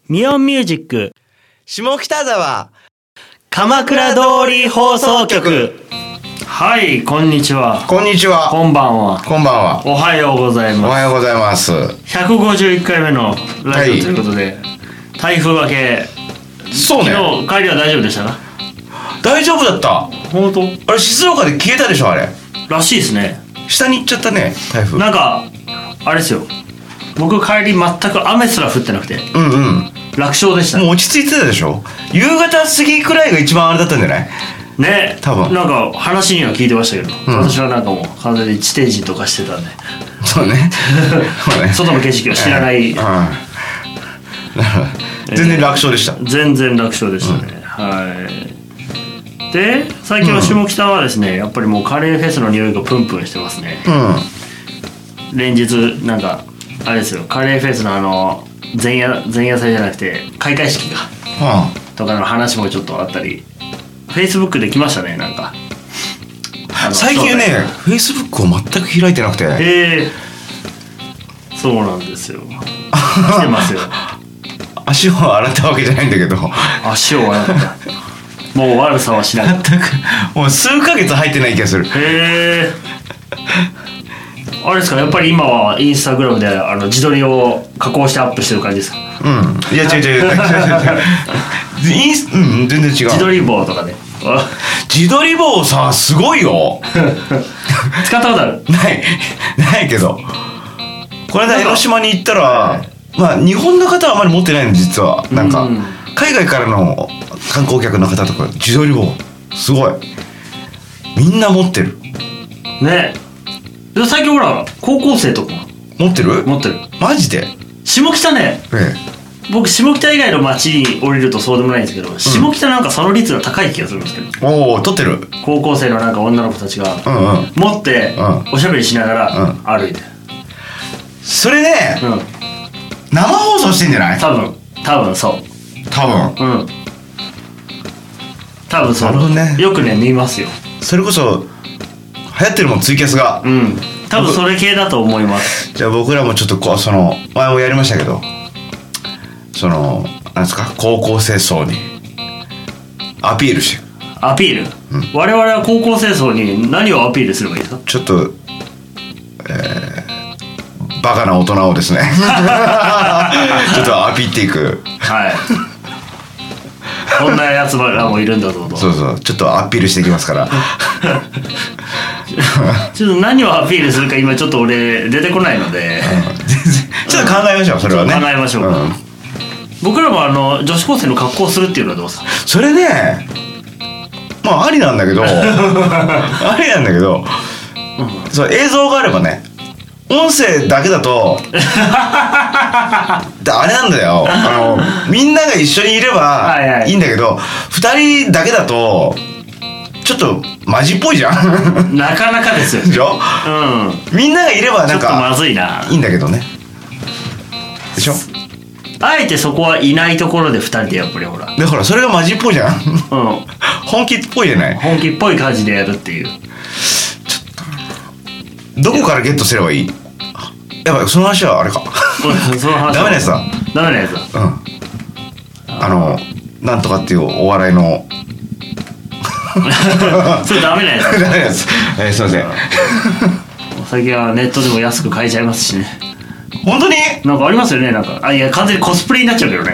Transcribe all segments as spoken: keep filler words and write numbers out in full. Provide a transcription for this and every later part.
ミオンミュージック下北沢鎌倉通り放送局。はい、こんにちは。 こんにちは。 こんばんは。 こんばんは。 おはようございます。 おはようございます。 ひゃくごじゅういっかいめのラジオということで、はい、台風明け。 そうね。 昨日帰りは大丈夫でしたか？ 大丈夫だった。 本当？ あれ静岡で消えたでしょあれ。 らしいですね。 下に行っちゃったね台風。 なんかあれですよ。僕帰り全く雨すら降ってなくて。 うんうん。 楽勝でした。 もう落ち着いてたでしょ。夕方過ぎくらいが一番あれだったんじゃない？ ね、 多分なんか話には聞いてましたけど、 うん、 私はなんかもう完全に地底人とかしてたんで。 そうね。そうね。 外の景色を知らない。えーうん、全然楽勝でした。 全然楽勝でしたね。うん、はい。で最近は下北はですね、やっぱりもうカレーフェスの匂いがプンプンしてますね。うん、連日なんかあれですよ、カレーフェスのあの前夜前夜祭じゃなくて開会式が、うん、とかの話もちょっとあったり。フェイスブックで来ましたね、なんか最近ねフェイスブックを全く開いてなくて。 へえ、そうなんですよ。来てますよ。 足を洗ったわけじゃないんだけど。 足を洗ったもう悪さはしない。 全くもう数ヶ月入ってない気がする。 へえ。あれですか、やっぱり今はインスタグラムであの自撮りを加工してアップしてる感じですか？ うん、いや違う違う違う違う違うインス、うん、全然違う。 自撮り棒とかで。 自撮り棒さすごいよ。 使ったことある？ ないないけど、この間江ノ島に行ったら、まあ日本の方はあまり持ってないの実は。なんか、うん、海外からの観光客の方とか自撮り棒すごいみんな持ってるね。で最近ほら高校生とか持ってる？持ってる。 マジで？ 下北ね、ええ、僕下北以外の街に降りるとそうでもないんですけど、うん、下北なんかその率が高い気がするんですけど。 おお、撮ってる。高校生のなんか女の子たちが持っておしゃべりしながら歩いて、うんうん、 それね、うん、生放送してんじゃない？ 多分多分そう多分うん多分そう。 なるほどね。 よくね見ますよ。 それこそ流行ってるもん、ツイキャスが。 うん、多分それ系だと思います。 じゃあ僕らもちょっとこうその前もやりましたけど、そのなんですか、高校生層にアピールしてアピール、うん、我々は高校生層に何をアピールすればいいですか？ ちょっと、えー、バカな大人をですねちょっとアピっていく。はいこんなやつらもいるんだぞと。 そうそう、ちょっとアピールしていきますからちょっと何をアピールするか今ちょっと俺出てこないので、 うん、全然ちょっと考えましょう、それはね。 考えましょうか、うん、僕らもあの女子高生の格好をするっていうのはどうですか？ それね、まあありなんだけどありなんだけど、うん、そう映像があればね。音声だけだとあれなんだよ、あのみんなが一緒にいればいいんだけど、ふたりだけだとちょっとマジっぽいじゃんなかなかですよ。 でしょ、うん、みんながいればなんかちょっとまずいないいんだけどね。でしょ。 あえてそこはいないところでふたりでやっぱりほらでほらそれがマジっぽいじゃん、うん、本気っぽいじゃない。 本気っぽい感じでやるっていう。ちょっとどこからゲットすればいい？やばい、その話はあれかその話ダメなやつだ。 ダメなやつだ。 うんあのなんとかっていうお笑いのそれダメなやつ。 ダメなやつ、えー、すいません最近はネットでも安く買えちゃいますしね。 本当になんかありますよね。なんかあ、いや完全にコスプレになっちゃうけどね。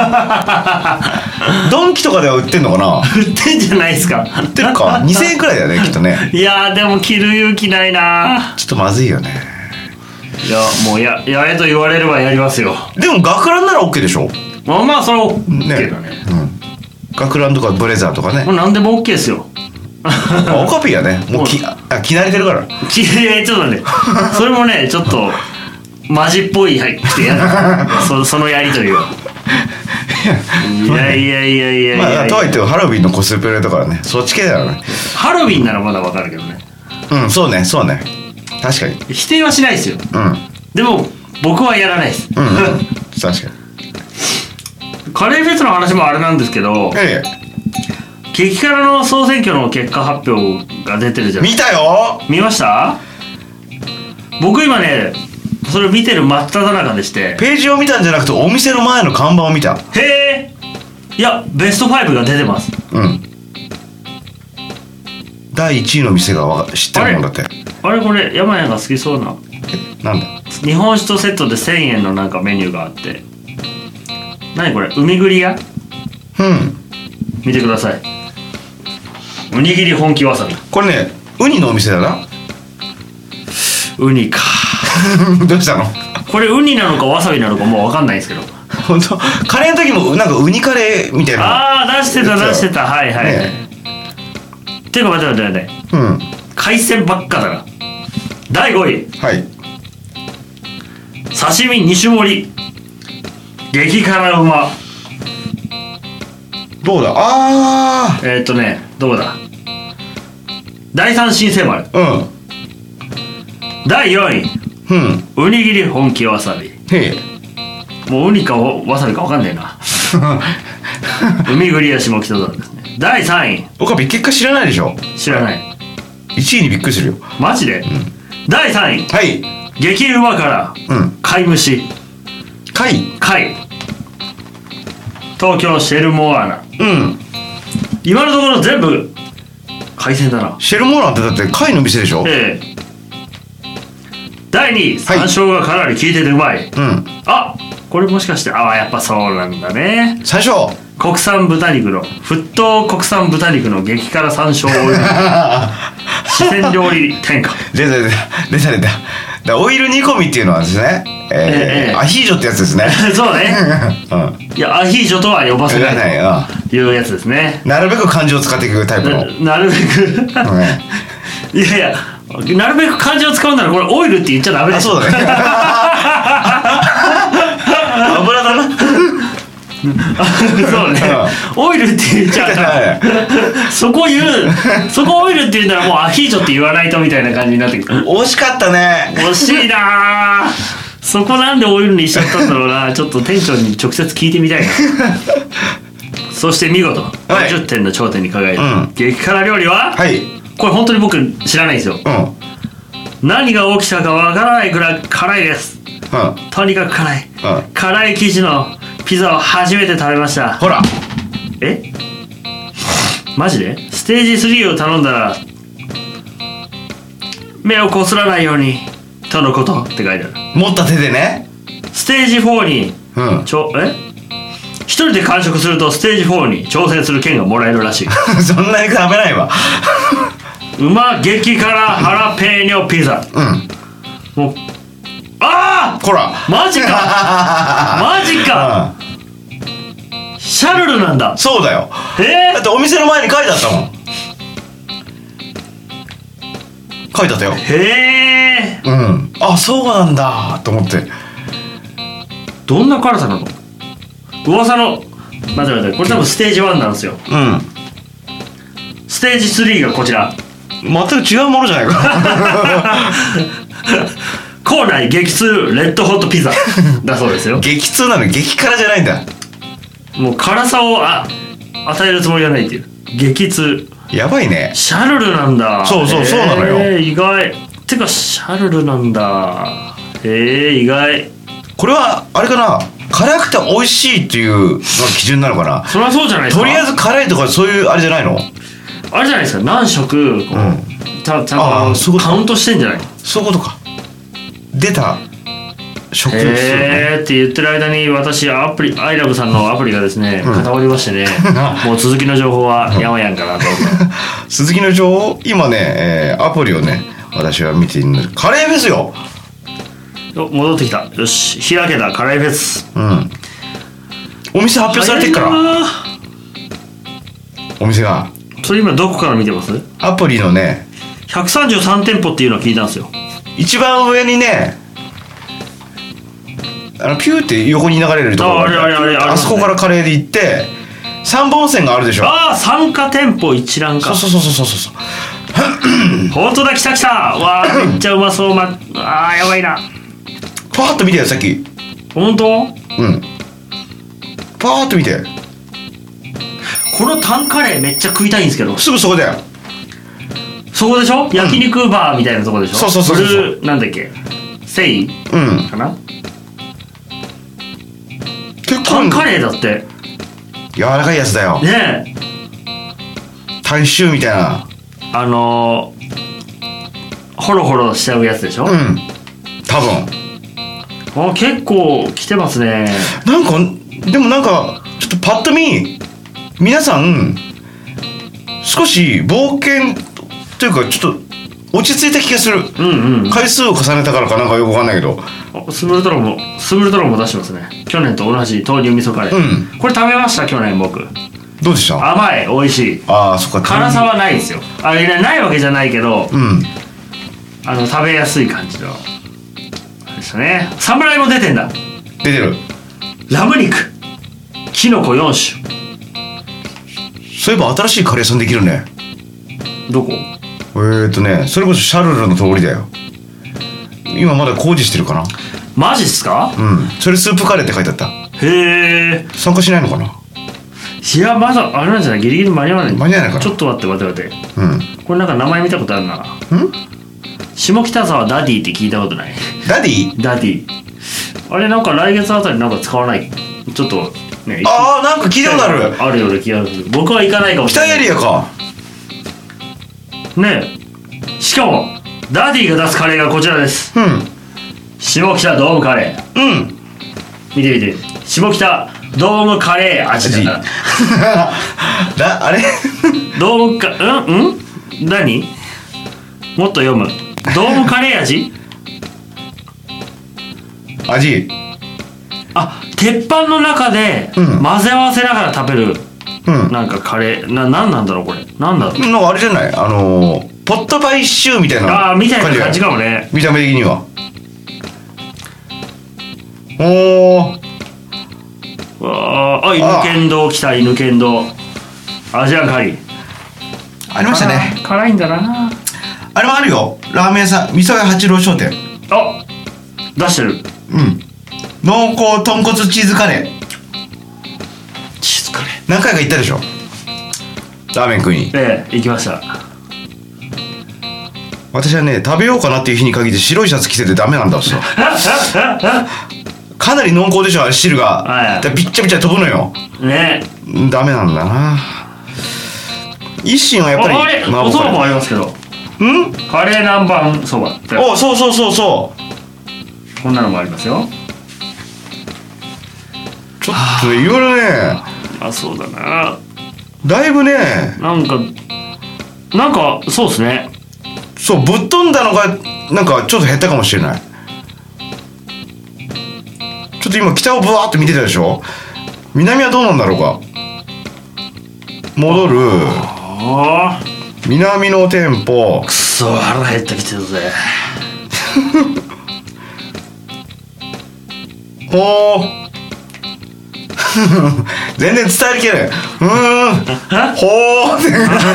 ドンキとかでは売ってんのかな。 売ってんじゃないですか。 売ってるか。にせんえんくらいだよねきっとね。 いやでも着る勇気ないな。 ちょっとまずいよね。 いやもう や, やれと言われればやりますよ。 でも学ランなら OK でしょ。 まあまあそれは OK だね、 うん、学ランとかブレザーとかね、 もう何でも OK ですよオカピーはねもう着慣れてるから。 きちょっとねそれもねちょっとマジっぽい入ってやだそ, そのやりとりはいやいやいやいやいや、 まあ、とはいってハロウィンのコスプレとかねそっち系だよね。 ハロウィンならまだわかるけどね。 うんそうねそうね確かに否定はしないですよ、うん、でも僕はやらないです、うん、うん、確かに。 カレーフェスの話もあれなんですけど、ええ、激辛の総選挙の結果発表が出てるじゃん。 見たよ。 見ました？僕今ねそれを見てる真っ只中でして。 ページを見たんじゃなくてお店の前の看板を見た。 へえ。いやベストファイブが出てます。 うん。だいいちいの店が知ってるもんだって。 あれこれ山屋が好きそうな。 え、なんだ。 日本酒とセットでせんえんのなんかメニューがあって。何これ、海栗屋。 うん。 見てください。ウニ切り本気わさび。 これね、ウニのお店だな。 ウニか。 どうしたの。 これウニなのかわさびなのかもう分かんないんですけど。 本当。カレーの時もなんかウニカレーみたいな。 ああ出してた出してた。はいはい、ね、ていうか待って待って待って、うん、海鮮ばっかだな。だいごい、 はい、 刺身に種盛り激辛うま。 どうだ。あーえー、っとねどうだ。だいさん新生丸。うん。だいよんい、うん、ウニ切り本気わさび。へえ。もうウニかわさびか分かんねえな。海栗や下北沢ですね。だいさんい、 オカピ結果知らないでしょ。 知らない。 いちいにびっくりするよマジで、うん、だいさんい、 はい、 激うまから、うん、貝蒸し。 貝貝東京シェルモアナ。 うん。 今のところ全部海鮮だな。 シェルモアナってだって貝の店でしょ。 ええ。だいにい、山椒がかなり効いててうまい。うん。あ、これもしかして、ああやっぱそうなんだね。 山椒国産豚肉の沸騰国産豚肉の激辛山椒オイル四川料理天下。 出た出た出た出た。だオイル煮込みっていうのはですね、えーえー、アヒージョってやつですね。そうね、 うん、いやアヒージョとは呼ばせないというやつですね。 なるべく漢字を使っていくタイプの。 な, なるべくいやいやなるべく漢字を使うならこれオイルって言っちゃダメだ。あ、そうだね。油だな。そうね、オイルって言っちゃう。そこ言うそこオイルって言うならもうアヒージョって言わないとみたいな感じになってくる。 惜しかったね。 惜しいな。そこなんでオイルにしちゃったんだろうな。ちょっと店長に直接聞いてみたいな。そして見事ごじゅってんの頂点に輝いた、うん、激辛料理は、はい、これ本当に僕知らないんですよ、うん、何が起きたかわからないくらい辛いです、うん、とにかく辛い、うん、辛い生地のピザを初めて食べました。 ほらえマジでステージスリーを頼んだら目をこすらないようにとのことって書いてある。 持った手でね。 ステージフォーに、うん、ちょえ一人で完食するとステージフォーに挑戦する券がもらえるらしい。 そんなに食べないわ。 うま激辛ハラペーニョピザ。うんもうああほらマジかマジか、うん、シャルルなんだ。 そうだよ。 えー、 だってお店の前に書いてあったもん。書いてあったよ。 へえ。 うんあそうなんだと思って。 どんな辛さなの。噂の待って待ってこれ多分ステージワンなんですよ。うんステージスリーがこちら。 全く違うものじゃないか。 校内激痛レッドホットピザだそうですよ。 激痛なの激辛じゃないんだ。 もう辛さをあ与えるつもりはないっていう激痛。 やばいね。 シャルルなんだ。 そうそうそうなのよ、 えー、意外てかシャルルなんだ。えー、意外。 これはあれかな辛くて美味しいっていうのが基準なのかな。 そりゃそうじゃないですか。 とりあえず辛いとかそういうあれじゃないの。 あれじゃないですか何食こう、うん、ちゃんとカウントしてんじゃない。 そういうことか。出た食数、 ね、へーって言ってる間に私アプリアイラブさんのアプリがですね、うん、固まりましてねもう続きの情報は山やんかなと続きの情報今ね、えー、アプリをね私は見ているのでカレーフェスよ。 戻ってきた。よし開けたカレーフェス。うんお店発表されてっからお店が。 それ今どこから見てます。 アプリのねひゃくさんじゅうさん店舗っていうのを聞いたんですよ。 一番上にねあのピューって横に流れるところあ, あ, れあ, れあ, れあ, れあそこからカレーで行ってさんぼん線があるでしょ。 ああ参加店舗一覧か。 そうそうそうそうそう本当だ来た来た。わあめっちゃうまそう。まあーやばいな。 パーッと見てよさっき。 本当。うんパーッと見て。 このタンカレーめっちゃ食いたいんですけど。 すぐそこだよ。そこでしょ、うん、焼肉バーみたいなとこでしょ。 そうそうそうそう。 なんだっけセイうんかな、 結構タンカレーだって柔らかいやつだよねえ。 タンシューみたいな。 あのー、ホロホロしちゃうやつでしょ。 うん多分あ、結構来てますね。 なんかでもなんかちょっとパッと見皆さん少し冒険というかちょっと落ち着いた気がする。 うんうん。 回数を重ねたからかなんかよくわかんないけど。 あスムルトロもスムルトロも出してますね。去年と同じ豆乳味噌カレー、 うん、 これ食べました。去年僕どうでした？ 甘い、美味しい。 ああそっか。 辛さはないですよ。あれないわけじゃないけど、 うん、 あの食べやすい感じのあれでしたね。侍も出てんだ。 出てる。 ラム肉キノコよん種。 そういえば新しいカレー屋さんできるね。 どこ？ えーっとねそれこそシャルルの通りだよ。今まだ工事してるかな。 マジっすか？ うんそれスープカレーって書いてあった。 へえ。 参加しないのかな。 いやまだあれなんじゃない、ギリギリ間に合わない。 間に合わないかな。 ちょっと待って待って待って。 うんこれなんか名前見たことあるな。 ん下北沢ダディって聞いたことない？ ダディ。 ダディあれなんか来月あたりなんか使わない？ちょっとね。 ああなんか聞いたことある。 あるような気がする。僕は行かないかもしれない。 北エリアかねえ。しかもダディが出すカレーがこちらです。 うん下北ドームカレー。 うん見て見て。下北ドームカレー味だからだあれドームカうんうん何もっと読む。ドームカレー味味。 あ、鉄板の中でうん混ぜ合わせながら食べる、 うんなんかカレーな、なんなんだろうこれ。なんだろう。 なんかあれじゃないあのーポットパイシューみたいなああ、みたいな感じか。 かもね。 見た目的には。おーわあ、あ、犬犬堂来た。犬犬堂アジアンカリーありましたね。 あ辛いんだな。 あれもあるよ。ラーメン屋さん味噌屋八郎商店。 あ、出してる。 うん濃厚豚骨チーズカレー。 チーズカレー何回か行ったでしょラーメン食いに。 ええ、行きました。 私はね食べようかなっていう日に限って白いシャツ着ててダメなんだすよかなり濃厚でしょあれ汁が、 はいだからビッチャビチャ飛ぶのよ。 ねダメなんだな。一心はやっぱりああれ、おそばもありますけど。 んカレー南蛮そば。 おそうそうそうそう。 こんなのもありますよ。 ちょっといろいろねあ、そうだな。 だいぶねなんかなんかそうですね。 そうぶっ飛んだのがなんかちょっと減ったかもしれない。ちょっと今北をブワーって見てたでしょ。南はどうなんだろうか。戻るああ、 南の店舗。 くそ腹減ってきてるぜ。 ほー全然伝える気ないうーんほー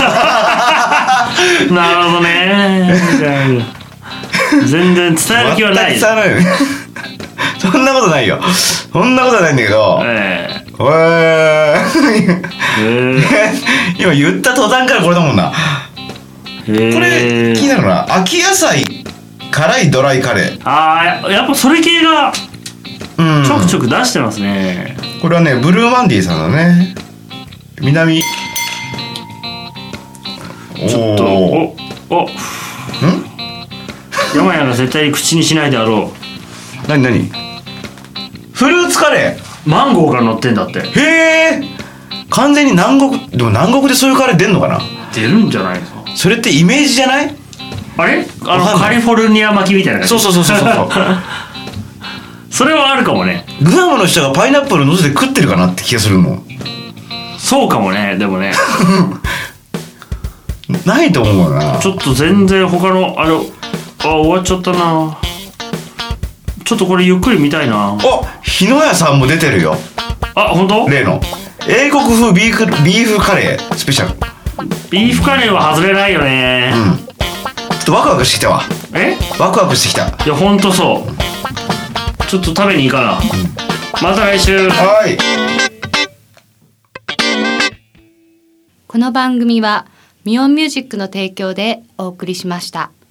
なるほどね。全然伝える気はない。 全く伝えないよねそんなことないよ。そんなことはないんだけど、 えおえー今言った途端からこれだもんな。 えこれ気になるな。秋野菜辛いドライカレー。 ああ、やっぱそれ系がうんちょくちょく出してますね。 これはねブルーマンディさんだね。南ちょっとおおん山谷が絶対に口にしないであろなになにフルーツカレうマンゴーが乗ってんだって。 ー。へえ完全に南国。でも南国でそういうカレー出んのかな。 出るんじゃないですか。 それってイメージじゃない。 あれあのわかんないカリフォルニア巻きみたいな感じ。 そうそうそうそうそうそれはあるかもね。 グアムの人がパイナップル乗せて食ってるかなって気がするもん。 そうかもね。でもねないと思うな。 ちょっと全然他のあれあ終わっちゃったな。ちょっとこれゆっくり見たいな。 お日野屋さんも出てるよ。 あ、本当？ 例の英国風ビーフビーフカレースペシャル。 ビーフカレーは外れないよね。 うんちょっとワクワクしてきたわ。 え？ ワクワクしてきた。 いやほんとそう。ちょっと食べに行かな、うん、また来週。 はい。 この番組はミオンミュージックの提供でお送りしました。